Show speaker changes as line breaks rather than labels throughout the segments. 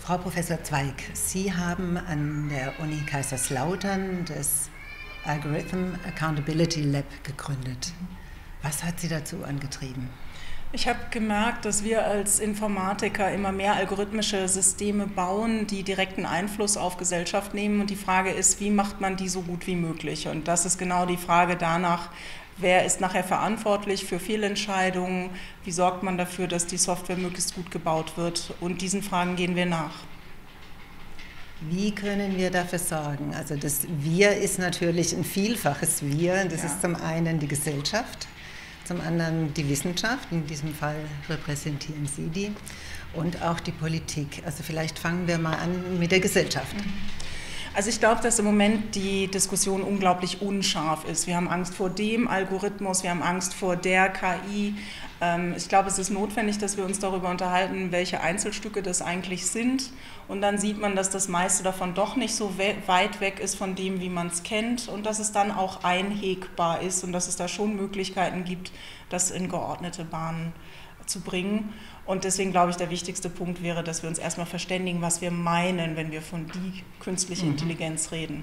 Frau Professor Zweig, Sie haben an der Uni Kaiserslautern das Algorithm Accountability Lab gegründet. Was hat Sie dazu angetrieben?
Ich habe gemerkt, dass wir als Informatiker immer mehr algorithmische Systeme bauen, die direkten Einfluss auf Gesellschaft nehmen. Und die Frage ist, wie macht man die so gut wie möglich? Und das ist genau die Frage danach, wer ist nachher verantwortlich für Fehlentscheidungen? Wie sorgt man dafür, dass die Software möglichst gut gebaut wird? Und diesen Fragen gehen wir nach.
Wie können wir dafür sorgen? Also das Wir ist natürlich ein vielfaches Wir. Das ist zum einen die Gesellschaft, zum anderen die Wissenschaft, in diesem Fall repräsentieren Sie die, und auch die Politik. Also vielleicht fangen wir mal an mit der Gesellschaft.
Also ich glaube, dass im Moment die Diskussion unglaublich unscharf ist. Wir haben Angst vor dem Algorithmus, wir haben Angst vor der KI. Ich glaube, es ist notwendig, dass wir uns darüber unterhalten, welche Einzelstücke das eigentlich sind. Und dann sieht man, dass das meiste davon doch nicht so weit weg ist von dem, wie man es kennt, und dass es dann auch einhegbar ist und dass es da schon Möglichkeiten gibt, das in geordnete Bahnen zu bringen. Und deswegen glaube ich, der wichtigste Punkt wäre, dass wir uns erstmal verständigen, was wir meinen, wenn wir von die künstliche Intelligenz reden.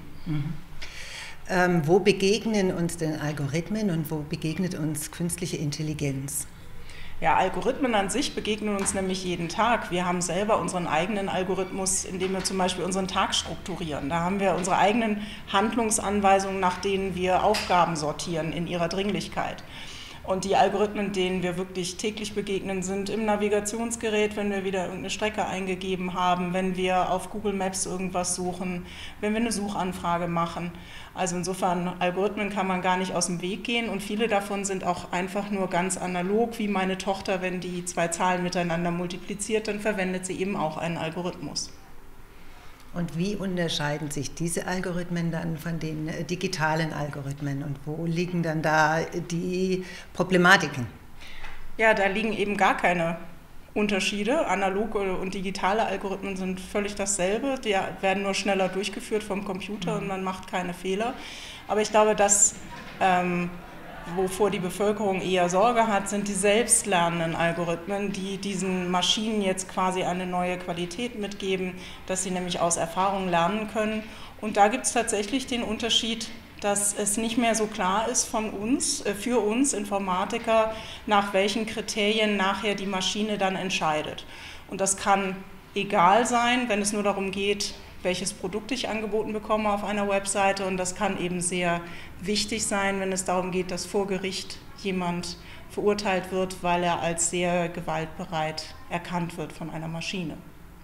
Wo begegnen uns denn Algorithmen und wo begegnet uns künstliche Intelligenz?
Ja, Algorithmen an sich begegnen uns nämlich jeden Tag. Wir haben selber unseren eigenen Algorithmus, indem wir zum Beispiel unseren Tag strukturieren. Da haben wir unsere eigenen Handlungsanweisungen, nach denen wir Aufgaben sortieren in ihrer Dringlichkeit. Und die Algorithmen, denen wir wirklich täglich begegnen, sind im Navigationsgerät, wenn wir wieder irgendeine Strecke eingegeben haben, wenn wir auf Google Maps irgendwas suchen, wenn wir eine Suchanfrage machen. Also insofern, Algorithmen kann man gar nicht aus dem Weg gehen, und viele davon sind auch einfach nur ganz analog, wie meine Tochter, wenn die zwei Zahlen miteinander multipliziert, dann verwendet sie eben auch einen Algorithmus.
Und wie unterscheiden sich diese Algorithmen dann von den digitalen Algorithmen und wo liegen dann da die Problematiken?
Ja, da liegen eben gar keine Unterschiede. Analoge und digitale Algorithmen sind völlig dasselbe. Die werden nur schneller durchgeführt vom Computer und man macht keine Fehler. Aber ich glaube, dass wovor die Bevölkerung eher Sorge hat, sind die selbstlernenden Algorithmen, die diesen Maschinen jetzt quasi eine neue Qualität mitgeben, dass sie nämlich aus Erfahrung lernen können. Und da gibt es tatsächlich den Unterschied, dass es nicht mehr so klar ist für uns Informatiker, nach welchen Kriterien nachher die Maschine dann entscheidet. Und das kann egal sein, wenn es nur darum geht, welches Produkt ich angeboten bekomme auf einer Webseite, und das kann eben sehr wichtig sein, wenn es darum geht, dass vor Gericht jemand verurteilt wird, weil er als sehr gewaltbereit erkannt wird von einer Maschine.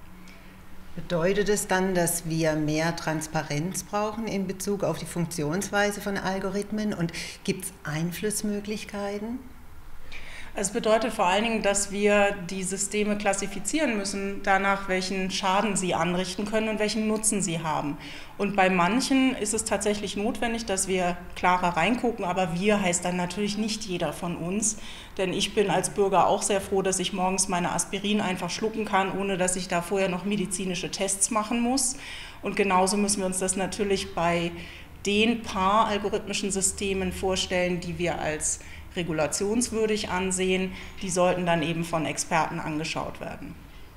Bedeutet es dann, dass wir mehr Transparenz brauchen in Bezug auf die Funktionsweise von Algorithmen, und gibt es Einflussmöglichkeiten?
Es bedeutet vor allen Dingen, dass wir die Systeme klassifizieren müssen, danach, welchen Schaden sie anrichten können und welchen Nutzen sie haben. Und bei manchen ist es tatsächlich notwendig, dass wir klarer reingucken, aber wir heißt dann natürlich nicht jeder von uns. Denn ich bin als Bürger auch sehr froh, dass ich morgens meine Aspirin einfach schlucken kann, ohne dass ich da vorher noch medizinische Tests machen muss. Und genauso müssen wir uns das natürlich bei den paar algorithmischen Systemen vorstellen, die wir als regulationswürdig ansehen. Die sollten dann eben von Experten angeschaut werden.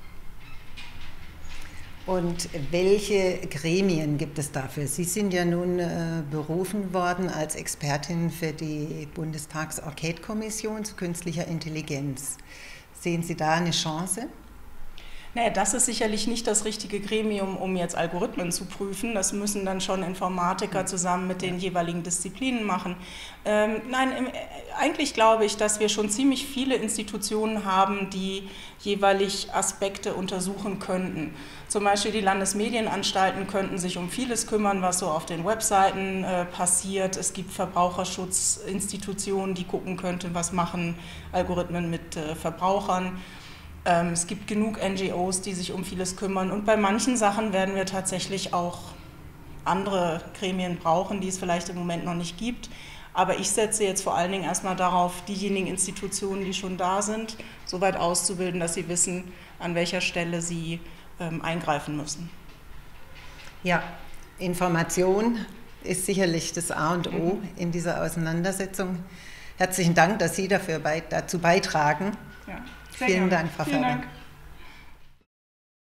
Und welche Gremien gibt es dafür? Sie sind ja nun berufen worden als Expertin für die Bundestags-Enquete-Kommission zu künstlicher Intelligenz. Sehen Sie da eine Chance?
Naja, das ist sicherlich nicht das richtige Gremium, um jetzt Algorithmen zu prüfen. Das müssen dann schon Informatiker zusammen mit den jeweiligen Disziplinen machen. Eigentlich glaube ich, dass wir schon ziemlich viele Institutionen haben, die jeweilig Aspekte untersuchen könnten. Zum Beispiel die Landesmedienanstalten könnten sich um vieles kümmern, was so auf den Webseiten passiert. Es gibt Verbraucherschutzinstitutionen, die gucken könnten, was machen Algorithmen mit Verbrauchern. Es gibt genug NGOs, die sich um vieles kümmern, und bei manchen Sachen werden wir tatsächlich auch andere Gremien brauchen, die es vielleicht im Moment noch nicht gibt. Aber ich setze jetzt vor allen Dingen erstmal darauf, diejenigen Institutionen, die schon da sind, so weit auszubilden, dass sie wissen, an welcher Stelle sie eingreifen müssen.
Ja, Information ist sicherlich das A und O in dieser Auseinandersetzung. Herzlichen Dank, dass Sie dazu beitragen.
Ja.
Vielen Dank, Frau Färber.
Vielen Dank.